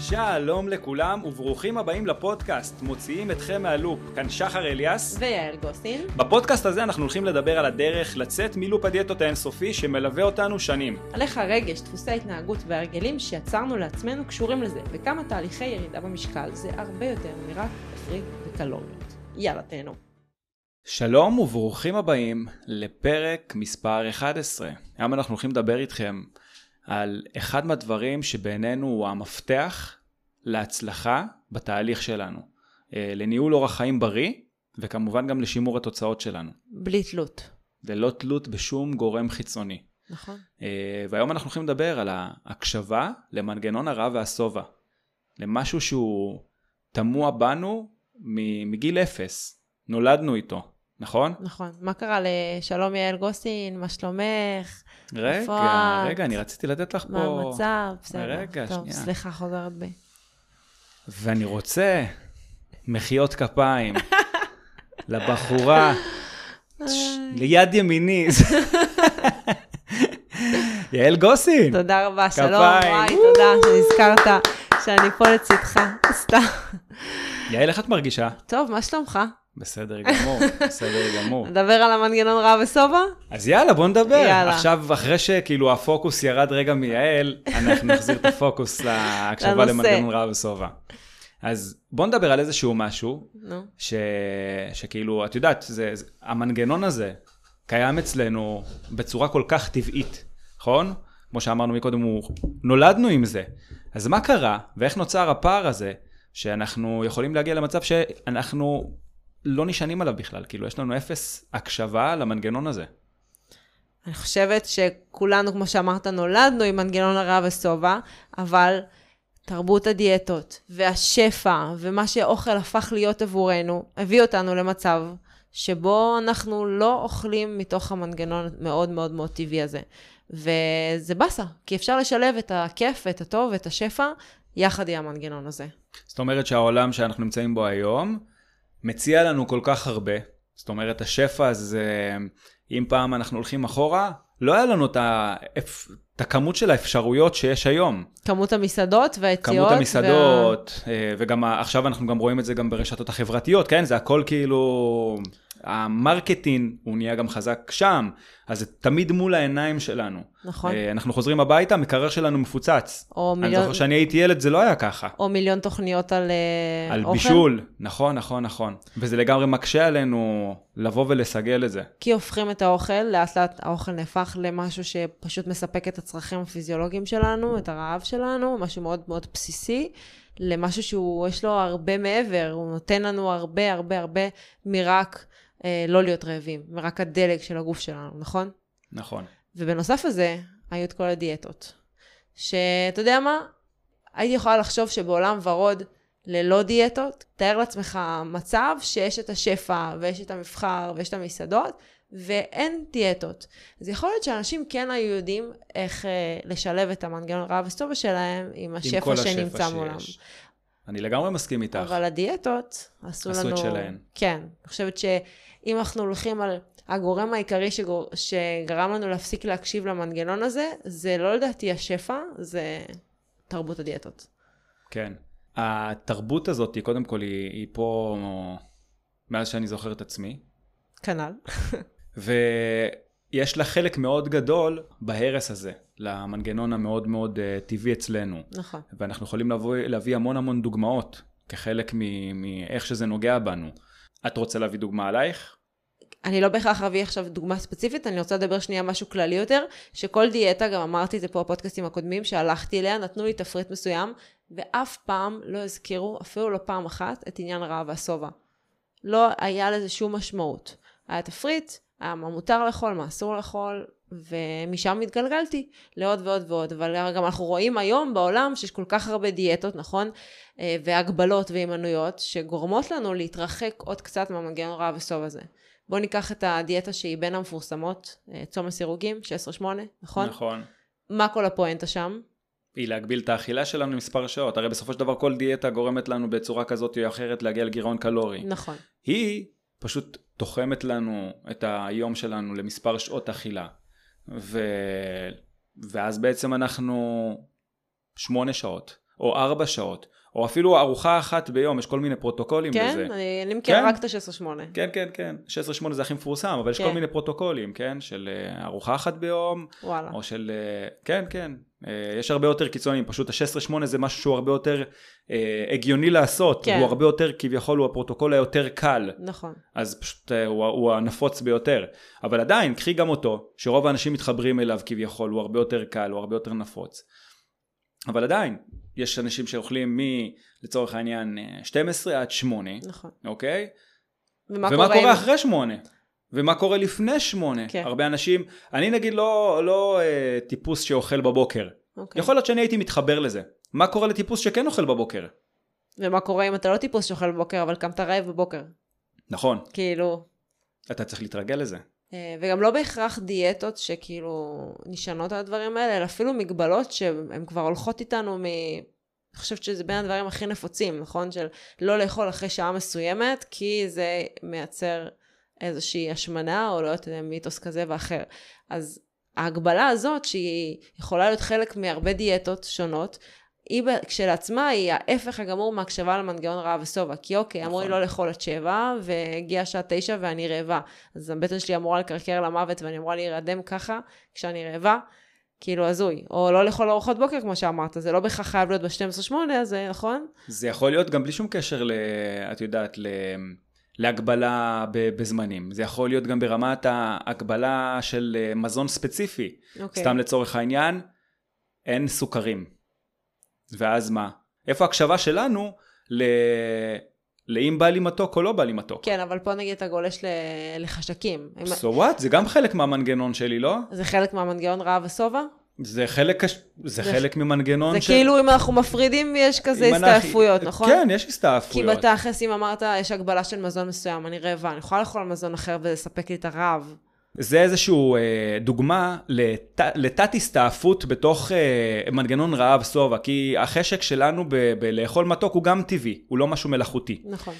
שלום לכולם וברוכים הבאים לפודקאסט, מוציאים אתכם מהלופ. כאן שחר אליאס ויעל גוסין. בפודקאסט הזה אנחנו הולכים לדבר על הדרך לצאת מלופ הדיאטות האינסופי שמלווה אותנו שנים. על איך הרגש, דפוסי התנהגות והרגלים שיצרנו לעצמנו קשורים לזה, וכמה תהליכי ירידה במשקל זה הרבה יותר מרק תפריט וקלוריות. יאללה תהנו. שלום וברוכים הבאים לפרק מספר 11. היום אנחנו הולכים לדבר איתכם על אחד מהדברים שבעינינו הוא המפתח להצלחה בתהליך שלנו, לניהול אורח חיים בריא, וכמובן גם לשימור התוצאות שלנו. בלי תלות. ללא תלות בשום גורם חיצוני. נכון. והיום אנחנו הולכים לדבר על ההקשבה למנגנון הרע והשובע, למשהו שהוא תמוה בנו מגיל אפס, נולדנו איתו. נכון? נכון. מה קרה לשלום יעל גוסין? מה שלומך? רגע, אני רציתי לתת לך פה... מה המצב? בסדר. רגע, טוב, שנייה. סליחה, חוזרת בי. ואני רוצה מחיאות כפיים לבחורה ליד ימיני. יעל גוסין. תודה רבה, שלום. כפיים. וואי, תודה שנזכרת שאני פה לצדך. סתם. יעל, איך את מרגישה? טוב, מה שלומך? בסדר גמור, בסדר גמור. נדבר על המנגנון רע ושובע? אז יאללה, בוא נדבר. יאללה. עכשיו, אחרי שכאילו הפוקוס ירד רגע מיעל, אנחנו נחזיר את הפוקוס להקשבה לנושא. למנגנון רע ושובע. אז בוא נדבר על איזשהו משהו, נו. שכאילו, את יודעת, המנגנון הזה קיים אצלנו בצורה כל כך טבעית, נכון? כמו שאמרנו מקודם, נולדנו עם זה. אז מה קרה, ואיך נוצר הפער הזה, שאנחנו יכולים להגיע למצב שאנחנו לא נשענים עליו בכלל, כאילו יש לנו אפס הקשבה למנגנון הזה. אני חושבת שכולנו, כמו שאמרת, נולדנו עם מנגנון הרע ושובע, אבל תרבות הדיאטות והשפע ומה שאוכל הפך להיות עבורנו, הביא אותנו למצב שבו אנחנו לא אוכלים מתוך המנגנון מאוד מאוד מאוד טבעי הזה. וזה בסה, כי אפשר לשלב את הכיף, את הטוב, את השפע, יחד עם המנגנון הזה. זאת אומרת שהעולם שאנחנו נמצאים בו היום, מציע לנו כל כך הרבה. זאת אומרת, השפע הזה, אם פעם אנחנו הולכים אחורה, לא היה לנו את הכמות של האפשרויות שיש היום. כמות המסעדות והיציאות. כמות המסעדות, וגם עכשיו אנחנו גם רואים את זה גם ברשתות החברתיות, כן? זה הכל כאילו, המרקטינג הוא נהיה גם חזק שם, אז זה תמיד מול העיניים שלנו. נכון. אנחנו חוזרים הביתה, המקרר שלנו מפוצץ. אני זוכר שאני הייתי ילד, זה לא היה ככה. או מיליון תוכניות על על אוכל. בישול, נכון. וזה לגמרי מקשה עלינו לבוא ולסגל את זה. כי הופכים את האוכל, לאט לאט האוכל נהפך למשהו שפשוט מספק את הצרכים הפיזיולוגיים שלנו, את הרעב שלנו, משהו מאוד מאוד בסיסי, למשהו שיש לו הרבה מעבר, הוא נותן לנו הרבה מרק לא להיות רעבים, מרק הדלק של הגוף שלנו, נכון? נכון. ובנוסף לזה, היו את כל הדיאטות. שאתה יודע מה? הייתי יכולה לחשוב שבעולם ורוד ללא דיאטות, תאר לעצמך מצב שיש את השפע ויש את המבחר ויש את המסעדות, ואין דיאטות. אז יכול להיות שאנשים כן היו יודעים איך לשלב את המנגנון רע ושובע שלהם עם השפע שנמצא מולם. אני לגמרי מסכים איתך. אבל הדיאטות עשו לנו... את שלהן. כן. אני חושבת שאם אנחנו הולכים על הגורם העיקרי שגרם לנו להפסיק להקשיב למנגנון הזה, זה לא לדעתי השפע, זה תרבות הדיאטות. כן. התרבות הזאת, קודם כל, היא פה מאז שאני זוכר את עצמי. כנ"ל. ויש לה חלק מאוד גדול בהרס הזה, למנגנון המאוד מאוד טבעי אצלנו. נכון. ואנחנו יכולים להביא המון דוגמאות, כחלק מאיך שזה נוגע בנו. את רוצה להביא דוגמה עלייך? אני לא בהכרח אביא עכשיו דוגמה ספציפית, אני רוצה לדבר שנייה משהו כללי יותר, שכל דיאטה, גם אמרתי את זה פה בפודקאסטים הקודמים, שהלכתי אליה, נתנו לי תפריט מסוים, ואף פעם לא הזכירו, אפילו לא פעם אחת, את עניין הרע והשובע. לא היה לזה שום משמעות. היה תפריט, היה מה מותר לאכול, מה אסור לאכול, ומשם התגלגלתי לעוד ועוד, אבל גם אנחנו רואים היום בעולם שיש כל כך הרבה דיאטות, נכון? והגבלות והימנויות, שגורמות לנו להתרחק עוד קצת מהמנגנון הרע ושובע הזה. בואו ניקח את הדיאטה שהיא בין המפורסמות, צום הסירוגין, 16-8, נכון? נכון. מה כל הפואנטה שם? היא להגביל את האכילה שלנו למספר שעות. הרי בסופו של דבר כל דיאטה גורמת לנו בצורה כזאת או אחרת להגיע לגירעון קלורי. נכון. היא פשוט תוחמת לנו את היום שלנו למספר שעות אכילה. ואז בעצם אנחנו 8 שעות או 4 שעות, או אפילו ארוחה אחת ביום, יש כל מיני פרוטוקולים כן? לזה. אני מכירה רק את ה-16-8. כן, כן, כן. 16-8 זה הכי מפורסם, אבל יש כל מיני פרוטוקולים, כן? של ארוחה אחת ביום, וואלה. או של... כן, כן. יש הרבה יותר קיצוניים, פשוט ה-16-8 זה משהו שהוא הרבה יותר הגיוני לעשות, כן. הוא הרבה יותר, כביכול הוא הפרוטוקול היותר קל. נכון. אז פשוט הוא הנפוץ ביותר. אבל עדיין, קחי גם אותו, שרוב האנשים מתחברים אליו כביכול, הוא הרבה יותר קל, הוא הרבה יותר נפוץ. אבל עדיין, יש אנשים שאוכלים לצורך העניין 12 עד 8, נכון. אוקיי? ומה קורה אחרי 8? ומה קורה לפני 8? כן. הרבה אנשים, אני נגיד לא טיפוס שאוכל בבוקר. אוקיי. יכול להיות שאני הייתי מתחבר לזה. מה קורה לטיפוס שכן אוכל בבוקר? ומה קורה אם אתה לא טיפוס שאוכל בבוקר, אבל קמת רעב בבוקר? נכון. כאילו... אתה צריך להתרגל לזה. וגם לא בהכרח דיאטות שכאילו נשענות על הדברים האלה, אלא אפילו מגבלות שהן כבר הולכות איתנו אני חושבת שזה בין הדברים הכי נפוצים, נכון? של לא לאכול אחרי שעה מסוימת, כי זה מייצר איזושהי השמנה, או לא יודעת, מיתוס כזה ואחר. אז ההגבלה הזאת, שהיא יכולה להיות חלק מהרבה דיאטות שונות, היא כשלעצמה היא ההפך הגמור מהקשבה למנגנון רעב ושובע, כי אוקיי, אמרו לי לא לאכול עד 7, והגיעה שעה 9 ואני רעבה, אז הבטן שלי אמורה לקרקר למוות, ואני אמורה להירדם ככה כשאני רעבה, כאילו הזוי, או לא לאכול ארוחות בוקר כמו שאמרת, זה לא בכך חייב להיות ב-12-8, זה נכון? זה יכול להיות גם בלי שום קשר, את יודעת, להגבלה בזמנים. זה יכול להיות גם ברמת ההגבלה של מזון ספציפי. סתם לצורך העניין, אין סוכרים. ואז מה? איפה ההקשבה שלנו לאם בא לי מתוק או לא בא לי מתוק? כן, אבל פה נגיד אתה גולש לחשקים. So what? זה גם חלק מהמנגנון שלי, לא? זה חלק מהמנגנון רעב ושובע? זה חלק ממנגנון זה כאילו אם אנחנו מפרידים יש כזה הסתעפויות, נכון? כן, יש הסתעפויות. כי בתכלס אם אמרת יש הגבלה של מזון מסוים, אני רעבה, אני יכולה לאכול מזון אחר ולספק לי את הרעב. זה איזשהו דוגמה לתת הסתעפות בתוך מנגנון רעב שובע, כי החשק שלנו בלאכול מתוק הוא גם טבעי, הוא לא משהו מלאכותי. נכון.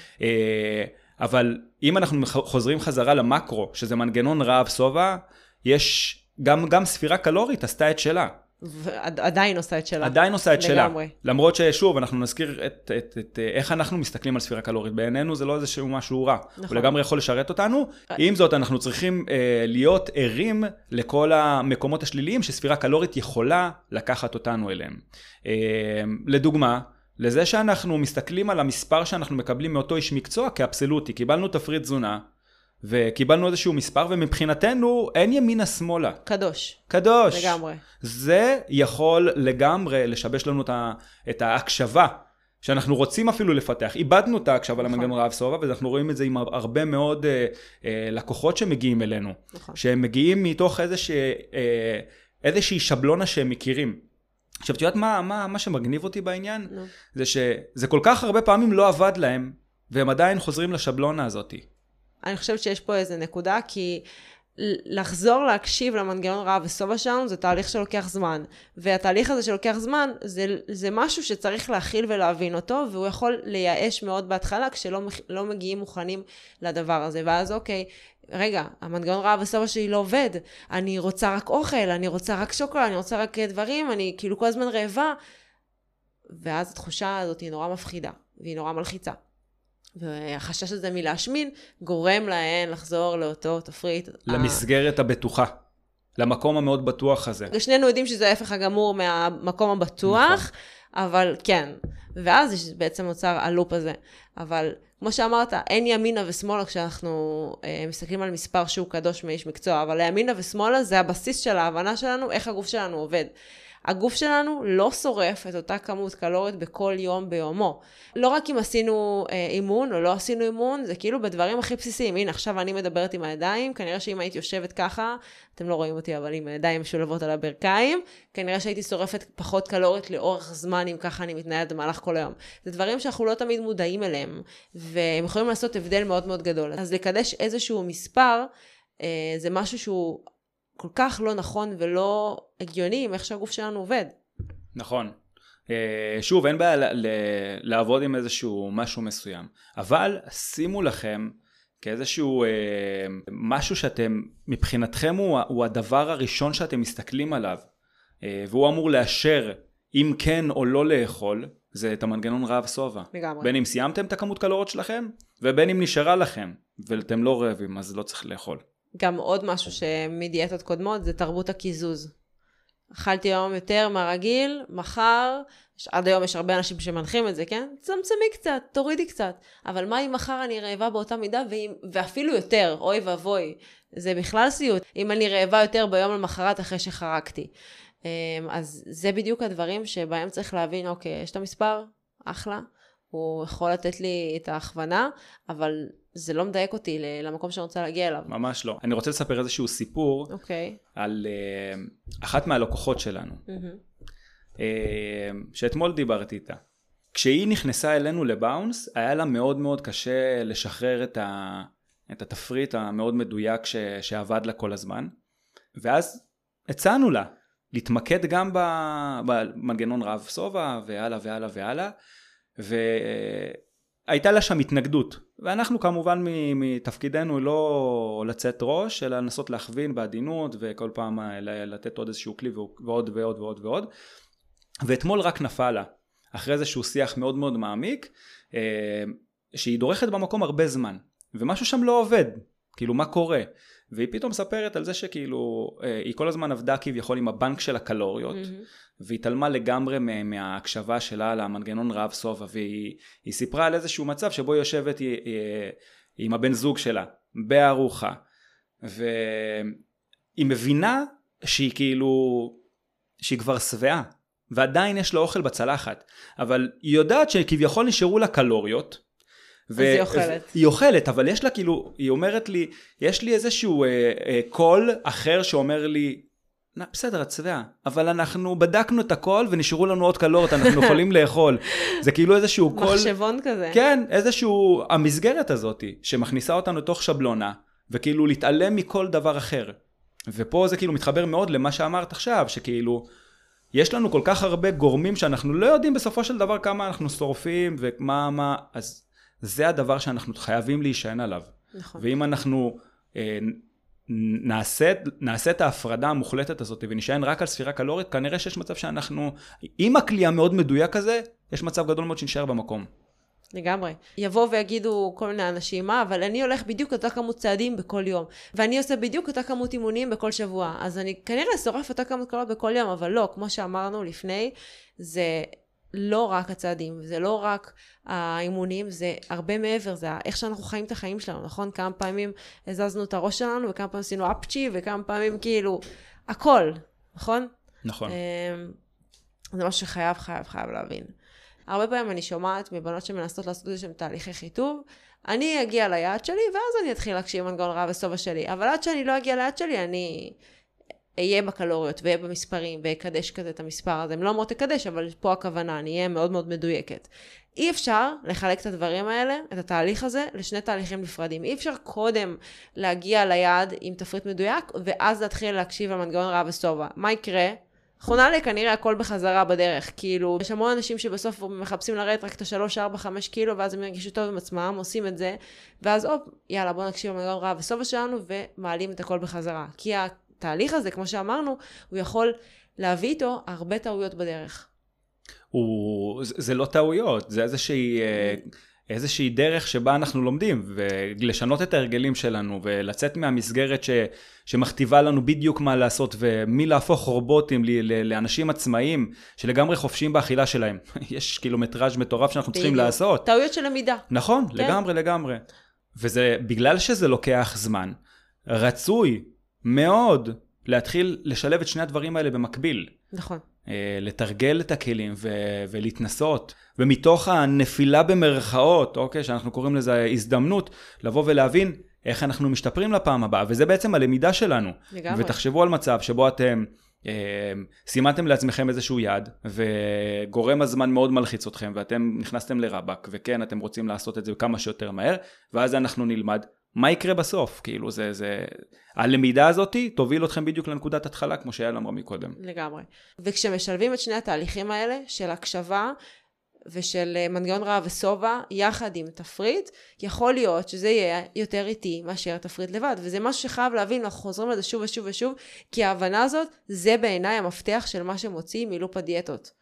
אבל אם אנחנו חוזרים חזרה למקרו, שזה מנגנון רעב שובע, יש גם ספירה קלורית עשתה את שלה. עדיין עושה את שלה. עדיין עושה את שלה. לגמרי. למרות ששוב, אנחנו נזכיר את איך אנחנו מסתכלים על ספירה קלורית. בעינינו זה לא איזשהו משהו רע. נכון. הוא לגמרי יכול לשרת אותנו. עם זאת, אנחנו צריכים להיות ערים לכל המקומות השליליים שספירה קלורית יכולה לקחת אותנו אליהם. לדוגמה, לזה שאנחנו מסתכלים על המספר שאנחנו מקבלים מאותו איש מקצוע כאבסולוטי. קיבלנו תפריט תזונה. וקיבלנו איזשהו מספר, ומבחינתנו אין ימינה שמאלה. קדוש. קדוש. לגמרי. זה יכול לגמרי לשבש לנו את ההקשבה, שאנחנו רוצים אפילו לפתח. איבדנו את ההקשבה נכון. למנגנון רעב שובע, ואנחנו רואים את זה עם הרבה מאוד לקוחות שמגיעים אלינו. נכון. שהם מגיעים מתוך איזושהי שבלונה שהם מכירים. עכשיו, את יודעת מה שמגניב אותי בעניין? זה שזה כל כך הרבה פעמים לא עבד להם, והם עדיין חוזרים לשבלונה הזאת. אני חושבת שיש פה איזה נקודה, כי לחזור להקשיב למנגנון רעב ושובע שלנו, זה תהליך שלוקח זמן. והתהליך הזה שלוקח זמן, זה משהו שצריך להכיל ולהבין אותו, והוא יכול לייאש מאוד בהתחלה, כשלא מגיעים מוכנים לדבר הזה. ואז אוקיי, רגע, המנגנון רעב ושובע שלי לא עובד, אני רוצה רק אוכל, אני רוצה רק שוקולד, אני רוצה רק דברים, אני כאילו כל הזמן רעבה. ואז התחושה הזאת היא נורא מפחידה, והיא נורא מלחיצה. והחשש הזה מלהשמין גורם להן לחזור לאותו תפריט. למסגרת הבטוחה, למקום המאוד בטוח הזה. שנינו יודעים שזה ההפך הגמור מהמקום הבטוח, אבל כן. ואז יש בעצם נוצר הלופ הזה. אבל כמו שאמרת, אין ימינה ושמאלה כשאנחנו מסתכלים על מספר שהוא קדוש מאיש מקצוע, אבל ימינה ושמאלה זה הבסיס של ההבנה שלנו, איך הגוף שלנו עובד. הגוף שלנו לא שורף את אותה כמות קלורית בכל יום ביומו. לא רק אם עשינו אימון או לא עשינו אימון, זה כאילו בדברים הכי בסיסיים. הנה, עכשיו אני מדברת עם הידיים, כנראה שאם הייתי יושבת ככה, אתם לא רואים אותי, אבל עם הידיים משולבות על הברכיים, כנראה שהייתי שורפת פחות קלורית לאורך זמן, אם ככה אני מתנהלת במהלך כל היום. זה דברים שאנחנו לא תמיד מודעים אליהם, והם יכולים לעשות הבדל מאוד מאוד גדול. אז לקדש איזשהו מספר, זה משהו שהוא כל כך לא נכון ולא הגיוני עם איך שהגוף שלנו עובד. נכון. שוב, אין בעיה לעבוד עם איזשהו משהו מסוים. אבל שימו לכם כאיזשהו משהו שאתם, מבחינתכם הוא הדבר הראשון שאתם מסתכלים עליו. והוא אמור לאשר אם כן או לא לאכול, זה את המנגנון רעב סובה. לגמרי. בין אם סיימתם את הכמות קלוריות שלכם, ובין אם נשארה לכם, ואתם לא רעבים, אז לא צריך לאכול. גם עוד משהו שמדיאטות קודמות, זה תרבות הקיזוז. אכלתי היום יותר מהרגיל, מחר, עד היום יש הרבה אנשים שמנחים את זה, כן? צמצמי קצת, תורידי קצת. אבל מה אם מחר אני רעבה באותה מידה, ואפילו יותר, אוי ואבוי. זה בכלל סיוט. אם אני רעבה יותר ביום למחרת אחרי שחרקתי. אז זה בדיוק הדברים שבהם צריך להבין, אוקיי, יש את המספר, אחלה, הוא יכול לתת לי את ההכוונה, אבל זה לא מדייק אותי למקום שאני רוצה להגיע אליו. ממש לא. אני רוצה לספר איזשהו סיפור, אוקיי. על אחת מהלקוחות שלנו, שאתמול דיברתי איתה. כשהיא נכנסה אלינו לבאונס, היה לה מאוד מאוד קשה לשחרר את התפריט המאוד מדויק שעבד לה כל הזמן, ואז הצענו לה להתמקד גם במנגנון רעב סובה, והלאה והלאה והלאה, והייתה לה שם התנגדות, ואנחנו כמובן מתפקידנו לא לצאת ראש, אלא לנסות להכווין בעדינות, וכל פעם לתת עוד איזשהו כלי ועוד ועוד ועוד ועוד, ואתמול רק נפל לה, אחרי איזשהו שיח מאוד מאוד מעמיק, שהיא דורכת במקום הרבה זמן, ומשהו שם לא עובד, כאילו מה קורה? והיא פתאום מספרת על זה שכאילו, היא כל הזמן עבדה כביכול עם הבנק של הקלוריות, והיא תלמה לגמרי מההקשבה שלה למנגנון רעב סובה, והיא סיפרה על איזשהו מצב שבו היא יושבת עם הבן זוג שלה, בארוחה, והיא מבינה שהיא כאילו, שהיא כבר שבעה, ועדיין יש לה אוכל בצלחת, אבל היא יודעת שכביכול נשארו לה קלוריות, אז היא אוכלת. היא אוכלת, אבל יש לה כאילו, היא אומרת לי, יש לי איזשהו קול אחר שאומר לי, בסדר, את שבעה, אבל אנחנו בדקנו את הכל ונשארו לנו עוד קלוריות, אנחנו יכולים לאכול. זה כאילו איזשהו קול. מחשבון כזה. כן, איזשהו, המסגרת הזאת, שמכניסה אותנו לתוך שבלונה, וכאילו להתעלם מכל דבר אחר. ופה זה כאילו מתחבר מאוד למה שאמרת עכשיו, שכאילו, יש לנו כל כך הרבה גורמים שאנחנו לא יודעים בסופו של דבר כמה אנחנו שורפים ומה, אז זה הדבר שאנחנו חייבים להישען עליו. נכון. ואם אנחנו נעשה את ההפרדה המוחלטת הזאת ונשען רק על ספירה קלורית, כנראה שיש מצב שאנחנו, עם הכלי המאוד מדויק הזה, יש מצב גדול מאוד שנשאר במקום. לגמרי. יבוא ויגידו כל מיני אנשים, אבל אני הולך בדיוק אותה כמות צעדים בכל יום, ואני עושה בדיוק אותה כמות אימונים בכל שבוע, אז אני כנראה שורף אותה כמות קלוריות בכל יום, אבל לא, כמו שאמרנו לפני, זה לא רק הצעדים, זה לא רק האימונים, זה הרבה מעבר, זה איך שאנחנו חיים את החיים שלנו, נכון? כמה פעמים הזזנו את הראש שלנו, וכמה פעמים עשינו אפצ'י, וכמה פעמים כאילו, הכל, נכון? נכון. זה משהו שחייב להבין. הרבה פעמים אני שומעת מבנות שמנסות לעשות איזה שהם תהליכי חיטוב, אני אגיע ליעד שלי, ואז אני אתחיל להקשיב מנגנון רעב וסובה שלי, אבל עד שאני לא אגיע ליעד שלי, אני אהיה בקלוריות, ואהיה במספרים, ואקדש כזה את המספר הזה. הם לא אמרות אקדש, אבל פה הכוונה, אני אהיה מאוד מאוד מדויקת. אי אפשר לחלק את הדברים האלה, את התהליך הזה, לשני תהליכים נפרדים. אי אפשר קודם להגיע ליעד עם תפריט מדויק, ואז להתחיל להקשיב על מנגנון רעב וסובה. מה יקרה? נכונה לי, כנראה הכל בחזרה בדרך. כאילו, יש המון אנשים שבסוף מחפשים לרדת רק את ה-3, 4, 5 קילו, ואז הם ירגישו טוב עם עצמם, עושים את זה, ואז יאללה, בוא נקשיב על מנגנון רעב וסובה שלנו, ומעלים את הכל בחזרה. כי התהליך הזה, כמו שאמרנו, הוא יכול להביא איתו הרבה טעויות בדרך. זה לא טעויות, זה איזושהי דרך שבה אנחנו לומדים, ולשנות את ההרגלים שלנו, ולצאת מהמסגרת שמכתיבה לנו בדיוק מה לעשות, ומי להפוך רובוטים לאנשים עצמאיים, שלגמרי חופשיים באכילה שלהם. יש קילומטראז' מטורף שאנחנו צריכים לעשות. טעויות של למידה. נכון, לגמרי. וזה, בגלל שזה לוקח זמן, רצוי מאוד להתחיל לשלב את שני הדברים האלה במקביל. נכון. לתרגל את הכלים ולהתנסות, ומתוך הנפילה במרכאות, אוקיי, שאנחנו קוראים לזה הזדמנות, לבוא ולהבין איך אנחנו משתפרים לפעם הבאה, וזה בעצם הלמידה שלנו. לגמרי. ותחשבו על מצב שבו אתם סימנתם לעצמכם איזשהו יעד, וגורם הזמן מאוד מלחיץ אתכם, ואתם נכנסתם לרבק, וכן, אתם רוצים לעשות את זה כמה שיותר מהר, ואז אנחנו נלמד מה יקרה בסוף. כאילו הלמידה הזאת תוביל אתכם בדיוק לנקודת התחלה, כמו שהיה אמרה מקודם. לגמרי. וכשמשלבים את שני התהליכים האלה, של הקשבה ושל מנגנון רעב וסובה, יחד עם תפריט, יכול להיות שזה יהיה יותר איטי מאשר תפריט לבד. וזה משהו שחייב להבין, אנחנו חוזרים לזה שוב ושוב ושוב, כי ההבנה הזאת, זה בעיניי המפתח של מה שמוציא מלופ הדיאטות.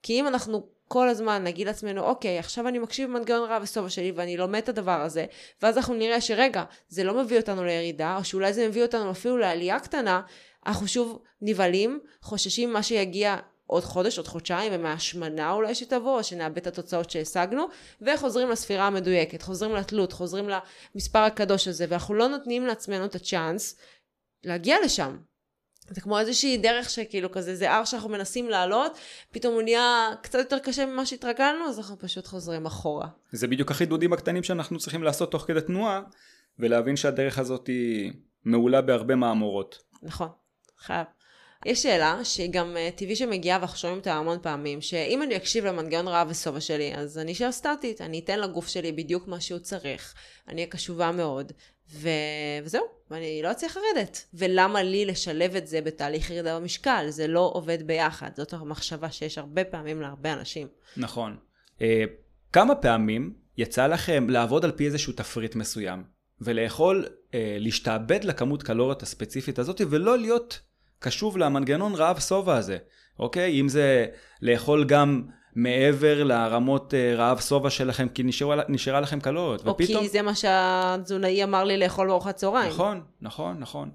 כי אם אנחנו כל הזמן נגיד לעצמנו, אוקיי, עכשיו אני מקשיב במנגנון רעב וסובה שלי, ואני לומד את הדבר הזה, ואז אנחנו נראה שרגע, זה לא מביא אותנו לירידה, או שאולי זה מביא אותנו אפילו לעלייה קטנה, אנחנו שוב נבלים, חוששים מה שיגיע עוד חודש, עוד חודשיים, ומהשמנה אולי שתבוא, או שנאבד את התוצאות שהשגנו, וחוזרים לספירה המדויקת, חוזרים לתלות, חוזרים למספר הקדוש הזה, ואנחנו לא נותנים לעצמנו את הצ'אנס להגיע לשם. זה כמו איזושהי דרך שכאילו כזה, זה הר שאנחנו מנסים לעלות, פתאום הוא נהיה קצת יותר קשה ממה שהתרגלנו, אז אנחנו פשוט חוזרים אחורה. זה בדיוק החידודים הקטנים שאנחנו צריכים לעשות תוך כדי תנועה, ולהבין שהדרך הזאת היא מעולה בהרבה מאמורות. נכון, חייב. יש שאלה שהיא גם טבעי שמגיעה ואנחנו שומעים אותה המון פעמים, שאם אני אקשיב למנגנון רעב וסובה שלי, אז אני אשאר סטטית, אני אתן לגוף שלי בדיוק מה שהוא צריך, אני אהיה קשובה מאוד, וזהו, ואני לא אצליח לרדת. ולמה לי לשלב את זה בתהליך ירידה במשקל? זה לא עובד ביחד, זאת המחשבה שיש הרבה פעמים להרבה אנשים. נכון. כמה פעמים יצא לכם לעבוד על פי איזשהו תפריט מסוים, ולאכול, להשתעבד לכמות קלוריות הספציפית הזאת, ולא להיות קשוב למנגנון רעב סובה הזה, אוקיי? אם זה לאכול גם מעבר לרמות רעב סובה שלכם, כי נשארה לכם קלוריות. או כי זה מה שהתזונאי אמר לי לאכול בארוחת צהריים. נכון.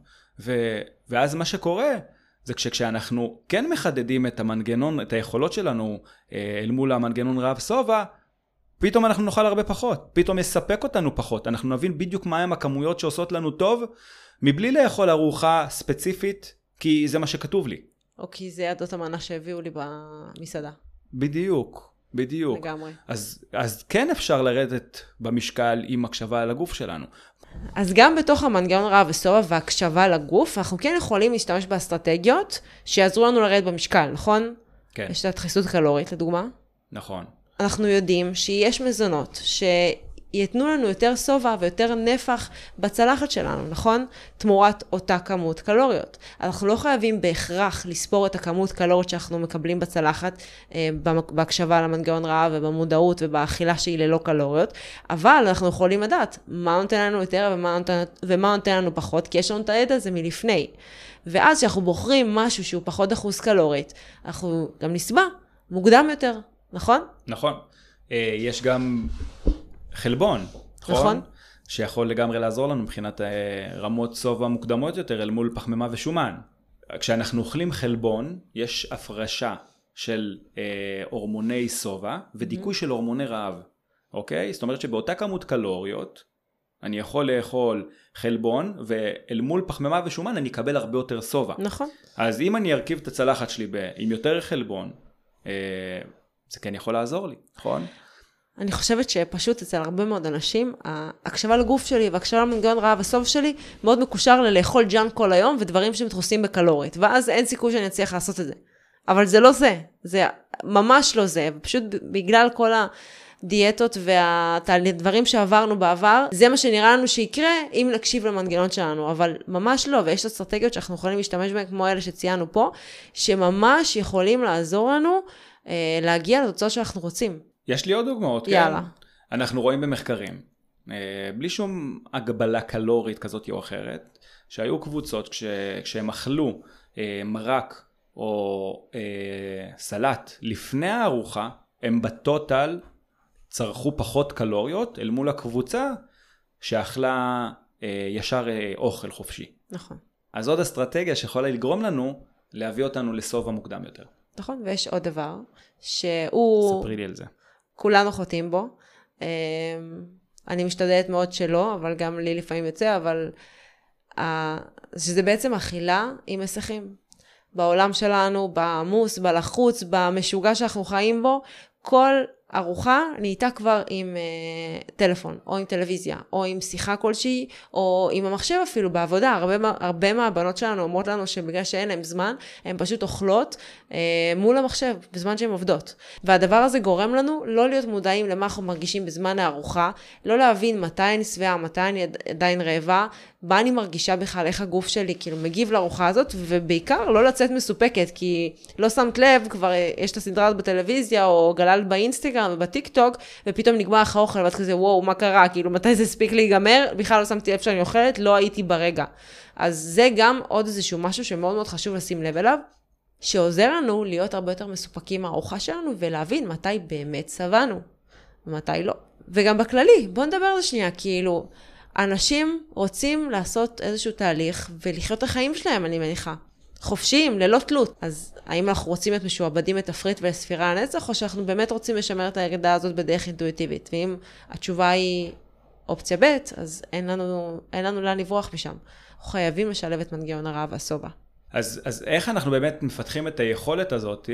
ואז מה שקורה, זה כשאנחנו כן מחדדים את המנגנון, את היכולות שלנו אל מול המנגנון רעב סובה, פתאום אנחנו נאכל הרבה פחות, פתאום יספק אותנו פחות, אנחנו נבין בדיוק מהם הכמויות שעושות לנו טוב, מבלי לאכול ארוחה ספציפית, כי זה מה שכתוב לי. או כי זה עדות המנה שהביאו לי במסעדה. בדיוק. לגמרי. אז כן אפשר לרדת במשקל עם הקשבה על הגוף שלנו. אז גם בתוך המנגנון רעב וסובה והקשבה לגוף, אנחנו כן יכולים להשתמש באסטרטגיות שיעזרו לנו לרדת במשקל, נכון? כן. יש את הדחיסות קלורית, לדוגמה. נכון. אנחנו יודעים שיש מזונות שיתנו לנו יותר סובה ויותר נפח בצלחת שלנו, נכון? תמורת אותה כמות קלוריות. אנחנו לא חייבים בהכרח לספור את הכמות קלוריות שאנחנו מקבלים בצלחת בהקשבה למנגנון רעב ובמודעות ובאכילה שהיא ללא קלוריות, אבל אנחנו יכולים לדעת מה נותן לנו יותר ומה נותן לנו פחות, כי יש לנו את הידע הזה מלפני. ואז שאנחנו בוחרים משהו שהוא פחות אחוז קלורית, אנחנו גם נסבע מוקדם יותר, נכון? נכון. יש גם חלבון, נכון? שיכול לגמרי לעזור לנו מבחינת רמות סובה מוקדמות יותר אל מול פחמימה ושומן. כשאנחנו אוכלים חלבון, יש הפרשה של הורמוני סובה ודיכוי של הורמוני רעב. אוקיי? זאת אומרת שבאותה כמות קלוריות, אני יכול לאכול חלבון, ואל מול פחמימה ושומן אני אקבל הרבה יותר סובה. נכון. אז אם אני ארכיב את הצלחת שלי עם יותר חלבון, זה כן יכול לעזור לי, נכון? אני חושבת שפשוט אצל הרבה מאוד אנשים, ההקשבה לגוף שלי וההקשבה למנגנון רעב הסובה שלי, מאוד מקושר ללאכול ג'אנק כל היום, ודברים שמתחוסים בקלורית, ואז אין סיכוי שאני אצליח לעשות את זה. אבל זה לא זה ממש לא זה, פשוט בגלל כל הדיאטות והדברים שעברנו בעבר, זה מה שנראה לנו שיקרה אם נקשיב למנגנון שלנו, אבל ממש לא, ויש אסטרטגיות שאנחנו יכולים להשתמש בהן כמו אלה שציינו פה, שממש יכולים לעזור לנו להגיע לתוצאות שאנחנו רוצים. יש לי עוד דוגמאות, יאללה. כן? אנחנו רואים במחקרים, בלי שום הגבלה קלורית כזאת או אחרת, שהיו קבוצות כשהם אכלו מרק או סלט לפני הארוחה, הם בטוטל צרכו פחות קלוריות אל מול הקבוצה שאכלה ישר אוכל חופשי. נכון. אז עוד אסטרטגיה שיכולה לגרום לנו להביא אותנו לסובה מוקדם יותר. נכון, ויש עוד דבר שהוא... ספרי לי על זה. כולנו חוטאים בו. אני משתדלת מאוד שלא, אבל גם לי לפעמים יוצא, אבל שזה בעצם אכילה עם מסכים. בעולם שלנו, בעמוס, בלחוץ, במשוגע שאנחנו חיים בו, כל ארוחה נהייתה כבר עם טלפון, או עם טלוויזיה, או עם שיחה כלשהי, או עם המחשב אפילו בעבודה. הרבה מהבנות שלנו אומרות לנו שבגלל שאין להם זמן, הן פשוט אוכלות מול המחשב, בזמן שהן עובדות. והדבר הזה גורם לנו לא להיות מודעים למה אנחנו מרגישים בזמן הארוחה, לא להבין מתי אני שבעה, מתי אני עדיין רעבה, מה אני מרגישה בכלל, איך הגוף שלי כאילו מגיב לארוחה הזאת, ובעיקר לא לצאת מסופקת, כי לא שמת לב, כבר יש את הסדרה בטלוויזיה, או גללת באינסטגרם ובטיק טוק, ופתאום נגמר לך האוכל, ואת כזה, וואו, מה קרה? כאילו, מתי זה הספיק להיגמר? בכלל לא שמתי לב שאני אוכלת, לא הייתי ברגע. אז זה גם עוד איזשהו משהו שמאוד מאוד חשוב לשים לב אליו, שעוזר לנו להיות הרבה יותר מסופקים מהארוחה שלנו, ולהבין מתי באמת שבענו, ומתי לא. וגם בכללי, בוא נדבר על זה שנייה, כאילו, אנשים רוצים לעשות איזשהו תהליך, ולחיות את החיים שלהם, אני מניחה. חופשיים, ללא תלות. אז האם אנחנו רוצים להיות משועבדים לתפריט ולספירה הנצח, או שאנחנו באמת רוצים לשמר את הירידה הזאת בדרך אינטואיטיבית? ואם התשובה היא אופציה ב', אז אין לנו לאן לברוח משם. אנחנו חייבים לשלב את מנגנון הרעב והשובע. אז איך אנחנו באמת מפתחים את היכולת הזאת,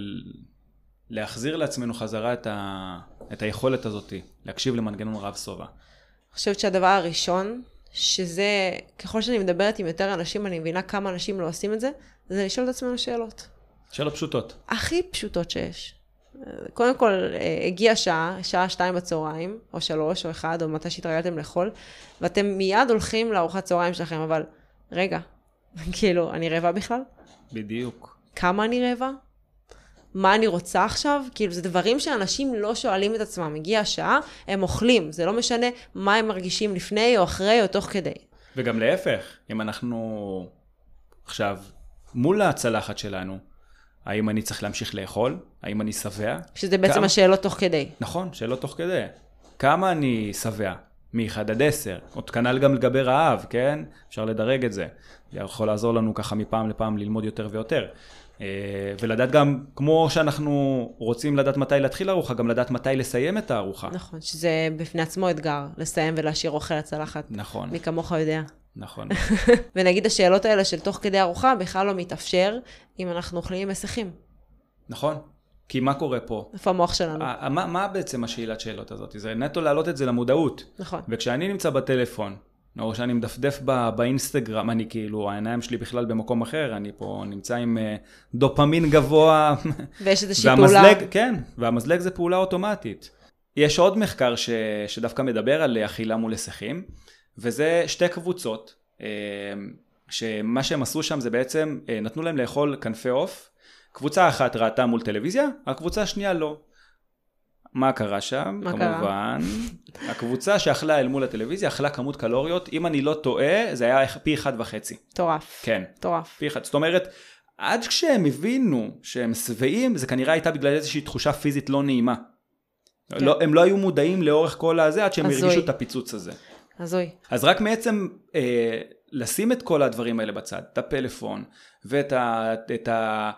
ולהחזיר לעצמנו חזרה את היכולת הזאת, להקשיב למנגנון רעב שובע? אני חושבת שהדבר הראשון, שזה, ככל שאני מדברת עם יותר אנשים, אני מבינה כמה אנשים לא עושים את זה, זה לשאול את עצמנו שאלות. שאלות פשוטות. הכי פשוטות שיש. קודם כל, הגיעה שעה 2 בצהריים, או 3, או 1, או מתי שהתרגלתם לאכול, ואתם מיד הולכים לארוחת צהריים שלכם, אבל רגע, כאילו, אני רעבה בכלל? בדיוק. כמה אני רעבה? מה אני רוצה עכשיו? כאילו, זה דברים שאנשים לא שואלים את עצמם. הגיעה השעה, הם אוכלים. זה לא משנה מה הם מרגישים לפני או אחרי או תוך כדי. וגם להפך, אם אנחנו עכשיו מול הצלחת שלנו, האם אני צריך להמשיך לאכול? האם אני שבע? שזה בעצם השאלות תוך כדי. נכון, שאלות תוך כדי. כמה אני שבע? מ-1 עד 10. עוד כנ"ל גם לגבי רעב, כן? אפשר לדרג את זה. זה יכול לעזור לנו ככה מפעם לפעם ללמוד יותר ויותר. ולדעת גם, כמו שאנחנו רוצים לדעת מתי להתחיל ארוחה, גם לדעת מתי לסיים את הארוחה. נכון, שזה בפני עצמו אתגר, לסיים ולהשאיר אוכל הצלחת. נכון. מי כמוך יודע. נכון. ונגיד השאלות האלה של תוך כדי ארוחה, בכלל לא מתאפשר אם אנחנו אוכלים עם מסכים. נכון. כי מה קורה פה? איפה המוח שלנו? מה בעצם השאלת שאלות הזאת? זה נטו להעלות את זה למודעות. נכון. וכשאני נמצא בטלפון, או שאני מדפדף באינסטגרם, אני כאילו, העיניים שלי בכלל במקום אחר, אני פה נמצא עם דופמין גבוה. ויש איזושהי פעולה. כן, והמזלג זה פעולה אוטומטית. יש עוד מחקר שדווקא מדבר על אכילה מול היסחים, וזה 2 קבוצות, שמה שהם עשו שם זה בעצם, נתנו להם לאכול כנפי עוף, קבוצה אחת ראתה מול טלוויזיה, הקבוצה השנייה לא. מה קרה שם? כמובן, הקבוצה שאכלה אל מול הטלוויזיה, אכלה כמות קלוריות, אם אני לא טועה, זה היה פי 1.5. טורף. כן. טורף. פי 1. זאת אומרת, עד כשהם הבינו שהם שבעים, זה כנראה הייתה בגלל איזושהי תחושה פיזית לא נעימה. כן. לא, הם לא היו מודעים לאורך כל הזה, עד שהם הרגישו את הפיצוץ הזה. הזוי. אז רק בעצם לשים את כל הדברים האלה בצד, את הפלאפון ואת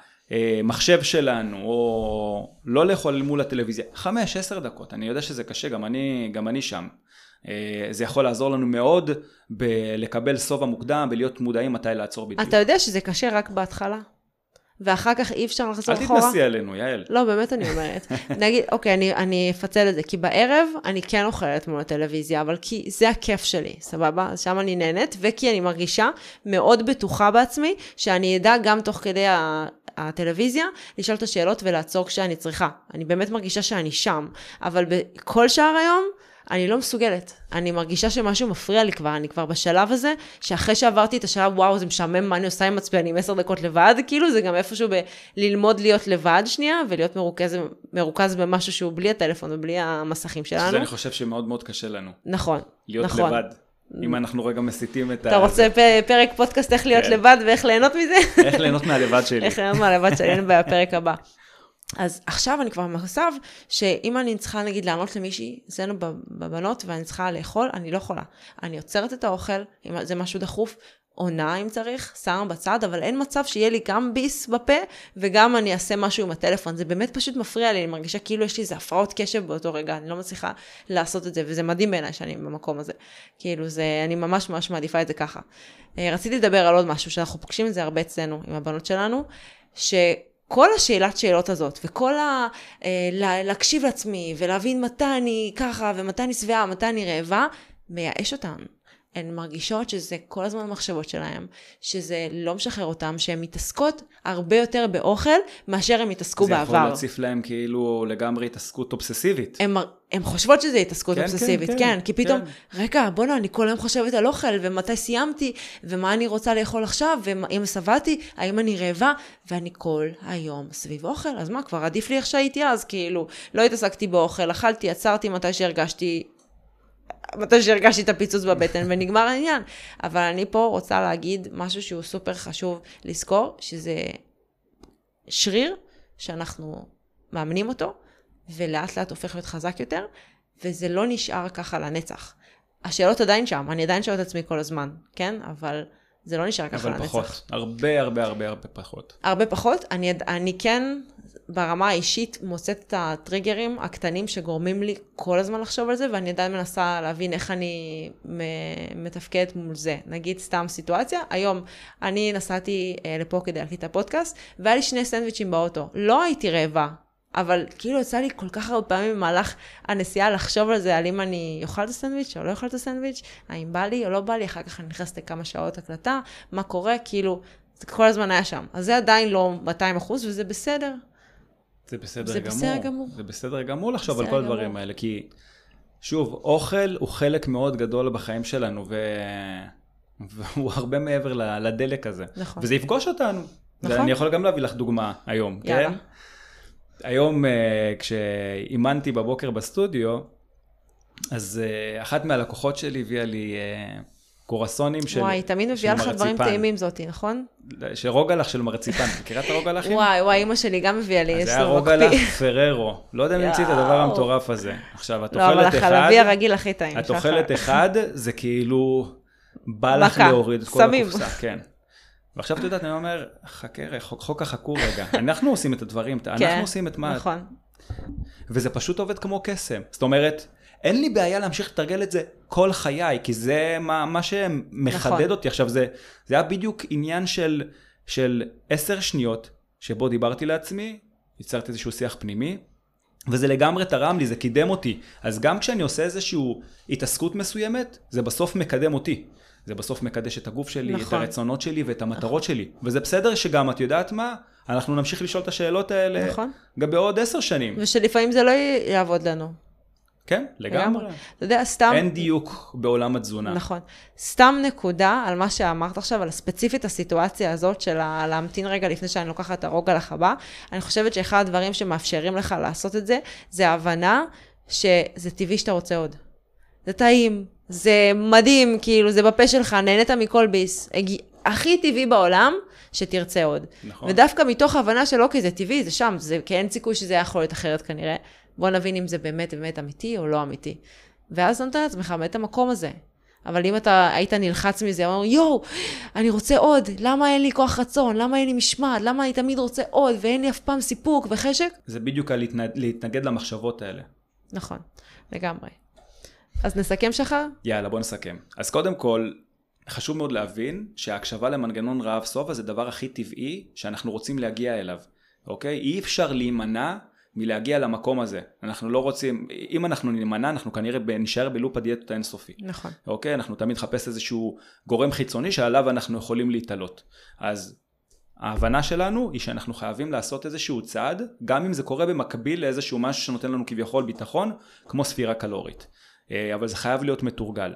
המחשב שלנו, או לא לאכול מול הטלוויזיה, 5-10 דקות, אני יודע שזה קשה, גם אני שם. זה יכול לעזור לנו מאוד לקבל שובע מוקדם, בלהיות מודעים מתי לעצור בדיוק. אתה יודע שזה קשה רק בהתחלה? ואחר כך אי אפשר לחזור אחורה. אל תתנסי עלינו, יעל. לא, באמת אני אומרת. נגיד, אוקיי, אני אפצל את זה, כי בערב אני כן אוכלת מול הטלוויזיה, אבל כי זה הכיף שלי, סבבה? אז שם אני נהנית, וכי אני מרגישה מאוד בטוחה בעצמי, שאני אדע גם תוך כדי הטלוויזיה, לשאול את השאלות ולעצור כשאני צריכה. אני באמת מרגישה שאני שם, אבל בכל שער היום, אני לא מסוגלת. אני מרגישה שמשהו מפריע לי כבר, אני כבר בשלב הזה, שאחרי שעברתי את השלב, וואו, זה משעמם מה אני עושה עם עצמי, אני עם 10 דקות לבד, כאילו זה גם איפשהו ללמוד להיות לבד שנייה, ולהיות מרוכז במשהו שהוא בלי הטלפון ובלי המסכים שלנו. שזה אני חושב שמאוד מאוד קשה לנו. נכון. להיות נכון. לבד. אם אנחנו רגע מסיתים את אתה רוצה פרק פודקאסט איך להיות לבד ואיך ליהנות מזה? איך ליהנות מהלבד שלי. איך ליהנות מהלבד שלי, אין בפרק הבא. אז עכשיו אני כבר במצב שאם אני צריכה נגיד לענות למישהי, אצלנו בבנות ואני צריכה לאכול, אני לא יכולה. אני עוצרת את האוכל, אם זה משהו דחוף, עונה אם צריך, שמה בצד, אבל אין מצב שיהיה לי גם ביס בפה, וגם אני אעשה משהו עם הטלפון. זה באמת פשוט מפריע לי, אני מרגישה כאילו יש לי איזה הפרעות קשב באותו רגע, אני לא מצליחה לעשות את זה, וזה מדהים בעיניי שאני במקום הזה. כאילו זה, אני ממש ממש מעדיפה את זה ככה. רציתי לדבר על עוד משהו, שאנחנו פוגשים את זה הרבה אצלנו עם הבנות שלנו, כל השאלת שאלות הזאת, וכל להקשיב לעצמי, ולהבין מתי אני ככה, ומתי אני שבעה, מתי אני רעבה, מייאש אותן. הן מרגישות שזה כל הזמן המחשבות שלהן, שזה לא משחרר אותן, שהן מתעסקות הרבה יותר באוכל, מאשר הן מתעסקו בעבר. זה יכול להציף להם כאילו לגמרי התעסקות אובססיבית. הן חושבות שזה התעסקות אובססיבית, כן, כי פתאום, רגע, בוא'נה, אני כל היום חושבת על אוכל, ומתי סיימתי, ומה אני רוצה לאכול עכשיו, ואם סבלתי, האם אני רעבה, ואני כל היום סביב אוכל, אז מה, כבר עדיף לי איך שהייתי אז, כאילו, לא התעסקתי באוכל, אכלתי, עצרתי מתי שהרגשתי את הפיצוץ בבטן, ונגמר העניין. אבל אני פה רוצה להגיד משהו שהוא סופר חשוב לזכור, שזה שריר שאנחנו מאמנים אותו, ולאט לאט הופך להיות חזק יותר, וזה לא נשאר ככה לנצח. השאלות עדיין שם, אני עדיין שואלת את עצמי כל הזמן, כן? אבל זה לא נשאר ככה לנצח. אבל פחות, הרבה פחות. הרבה פחות, אני כן ברמה האישית מוצאת את הטריגרים הקטנים שגורמים לי כל הזמן לחשוב על זה, ואני עדיין מנסה להבין איך אני מתפקדת מול זה. נגיד סתם סיטואציה, היום אני נסעתי לפה כדי להקליט את הפודקאסט, והיה לי 2 סנדוויצ'ים באוטו. לא הייתי רעבה, אבל כאילו יצא לי כל כך הרבה פעמים במהלך הנסיעה לחשוב על זה, על אם אני אוכל את הסנדוויץ' או לא אוכל את הסנדוויץ', האם בא לי או לא בא לי, אחר כך אני נכנסת לכמה שעות הקלטה, מה קורה, כאילו, זה כל הזמן היה שם. אז זה עדיין לא 200% וזה בסדר. זה בסדר גמור. זה בסדר גמור לחשוב על כל הדברים האלה, כי שוב, אוכל הוא חלק מאוד גדול בחיים שלנו, והוא הרבה מעבר לדלק הזה. נכון. וזה יפגוש אותנו. נכון. אני יכול גם להביא לך דוגמה היום, כן? היום כשאימנתי בבוקר בסטודיו, אז אחת מהלקוחות שלי הביאה לי קורסונים של מרציפן. וואי, תמיד מביאה לך דברים טעימים זאתי, נכון? שרוגלח של מרציפן. מכירה את הרוגלחים? וואי, אמא שלי גם הביאה לי. זה היה רוגלח פררו. לא יודע אם נמציא את הדבר המטורף הזה. עכשיו, את לא, אבל אוכלת אחד, החלבי הרגיל הכי טעים. את אוכלת אחד, זה כאילו בא לך להוריד את כל הקופסה. כן. ועכשיו את יודעת, אני אומר, חכה, חוק החכו רגע. אנחנו עושים את הדברים, אנחנו עושים את מה... נכון. וזה פשוט עובד כמו קסם. זאת אומרת, אין לי בעיה להמשיך לתרגל את זה כל חיי, כי זה מה שמחדד אותי. עכשיו, זה היה בדיוק עניין של 10 שניות, שבו דיברתי לעצמי, יצרתי איזשהו שיח פנימי, וזה לגמרי תרם לי, זה קידם אותי. אז גם כשאני עושה איזשהו התעסקות מסוימת, זה בסוף מקדם אותי. זה בסוף מקדש את הגוף שלי, נכון. את הרצונות שלי ואת המטרות נכון. שלי. וזה בסדר שגם, את יודעת מה? אנחנו נמשיך לשאול את השאלות האלה נכון. גם בעוד 10 שנים. ושלפעמים זה לא יעבוד לנו. כן, לגמרי. אתה יודע, סתם... אין דיוק בעולם התזונה. נכון. סתם נקודה על מה שאמרת עכשיו, על הספציפית הסיטואציה הזאת של להמתין רגע לפני שאני לוקחת את הרוגלח הבא. אני חושבת שאחד הדברים שמאפשרים לך לעשות את זה, זה ההבנה שזה טבעי שאתה רוצה עוד. זה טעים, זה מדהים, כאילו זה בפה שלך, נהנית מכל ביס. הכי טבעי בעולם שתרצה עוד. נכון. ודווקא מתוך הבנה של אוקיי, זה טבעי, זה שם, זה, כי אין סיכוי שזה יכול להיות אחרת כנראה. בוא נבין אם זה באמת אמיתי או לא אמיתי. ואז נותן לעצמך באמת המקום הזה. אבל אם אתה היית נלחץ מזה, אמר, יואו, אני רוצה עוד, למה אין לי כוח רצון, למה אין לי משמעת, למה אני תמיד רוצה עוד, ואין לי אף פעם סיפוק וחשק? זה בדיוק על להתנגד למחשבות האלה. נכון, לגמרי. אז נסכם שחר? יאללה, בוא נסכם. אז קודם כל, חשוב מאוד להבין שההקשבה למנגנון רעב סובה זה דבר הכי טבעי שאנחנו רוצים להגיע אליו. אוקיי? אי אפשר להימנע מלהגיע למקום הזה. אנחנו לא רוצים, אם אנחנו נמנע, אנחנו כנראה נשאר בלופ הדיאטות האינסופי. נכון. אוקיי? אנחנו תמיד חפש איזשהו גורם חיצוני שעליו אנחנו יכולים להתעלות. אז ההבנה שלנו היא שאנחנו חייבים לעשות איזשהו צעד, גם אם זה קורה במקביל לאיזשהו משהו שנותן לנו כביכול ביטחון, כמו ספירה קלורית. אבל זה חייב להיות מתורגל.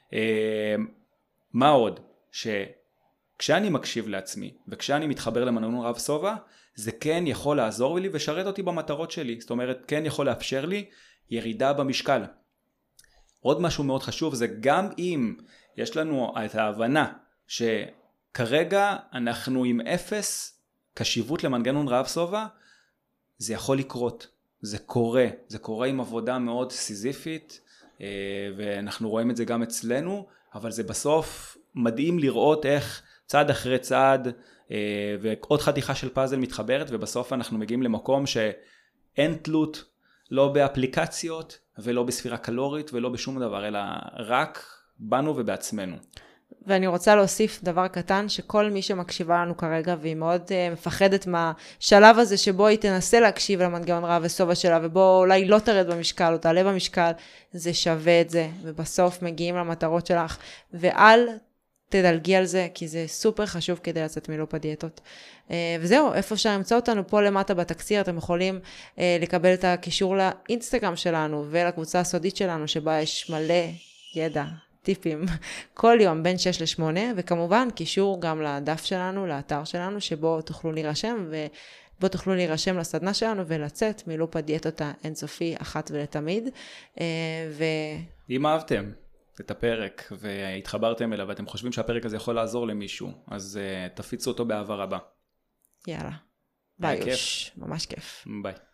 מה עוד? שכשאני מקשיב לעצמי, וכשאני מתחבר למנגנון רעב סובה, זה כן יכול לעזור לי ושרת אותי במטרות שלי. זאת אומרת, כן יכול לאפשר לי ירידה במשקל. עוד משהו מאוד חשוב, זה גם אם יש לנו את ההבנה שכרגע אנחנו עם 0 קשיבות למנגנון רעב סובה, זה יכול לקרות. זה קורה עם עבודה מאוד סיזיפית, ואנחנו רואים את זה גם אצלנו, אבל זה בסוף מדהים לראות איך צעד אחרי צעד, ועוד חתיכה של פאזל מתחברת, ובסוף אנחנו מגיעים למקום שאין תלות, לא באפליקציות, ולא בספירה קלורית, ולא בשום דבר, אלא רק בנו ובעצמנו. ואני רוצה להוסיף דבר קטן, שכל מי שמקשיבה לנו כרגע, והיא מאוד מפחדת מהשלב הזה, שבו היא תנסה להקשיב למנגנון רעב וסובה שלה, ובו אולי לא תרד במשקל, או תעלה במשקל, זה שווה את זה, ובסוף מגיעים למטרות שלך, ואל תדלגי על זה, כי זה סופר חשוב כדי לצאת מלופ הדיאטות. וזהו, איפה אפשר למצוא אותנו, פה למטה בתקציר, אתם יכולים לקבל את הקישור לאינסטגרם שלנו, ולקבוצה הסודית שלנו, שבה יש מלא ידע, טיפים, כל יום בין 6 ל-8, וכמובן קישור גם לדף שלנו, לאתר שלנו, שבו תוכלו להירשם, ובו תוכלו להירשם לסדנה שלנו, ולצאת מלופ הדיאטות האינסופי אחת ולתמיד. אם אהבתם את הפרק והתחברתם אליו, ואתם חושבים שהפרק הזה יכול לעזור למישהו, אז תפיצו אותו באהבה רבה. יאללה. ביי, ממש כיף. ביי.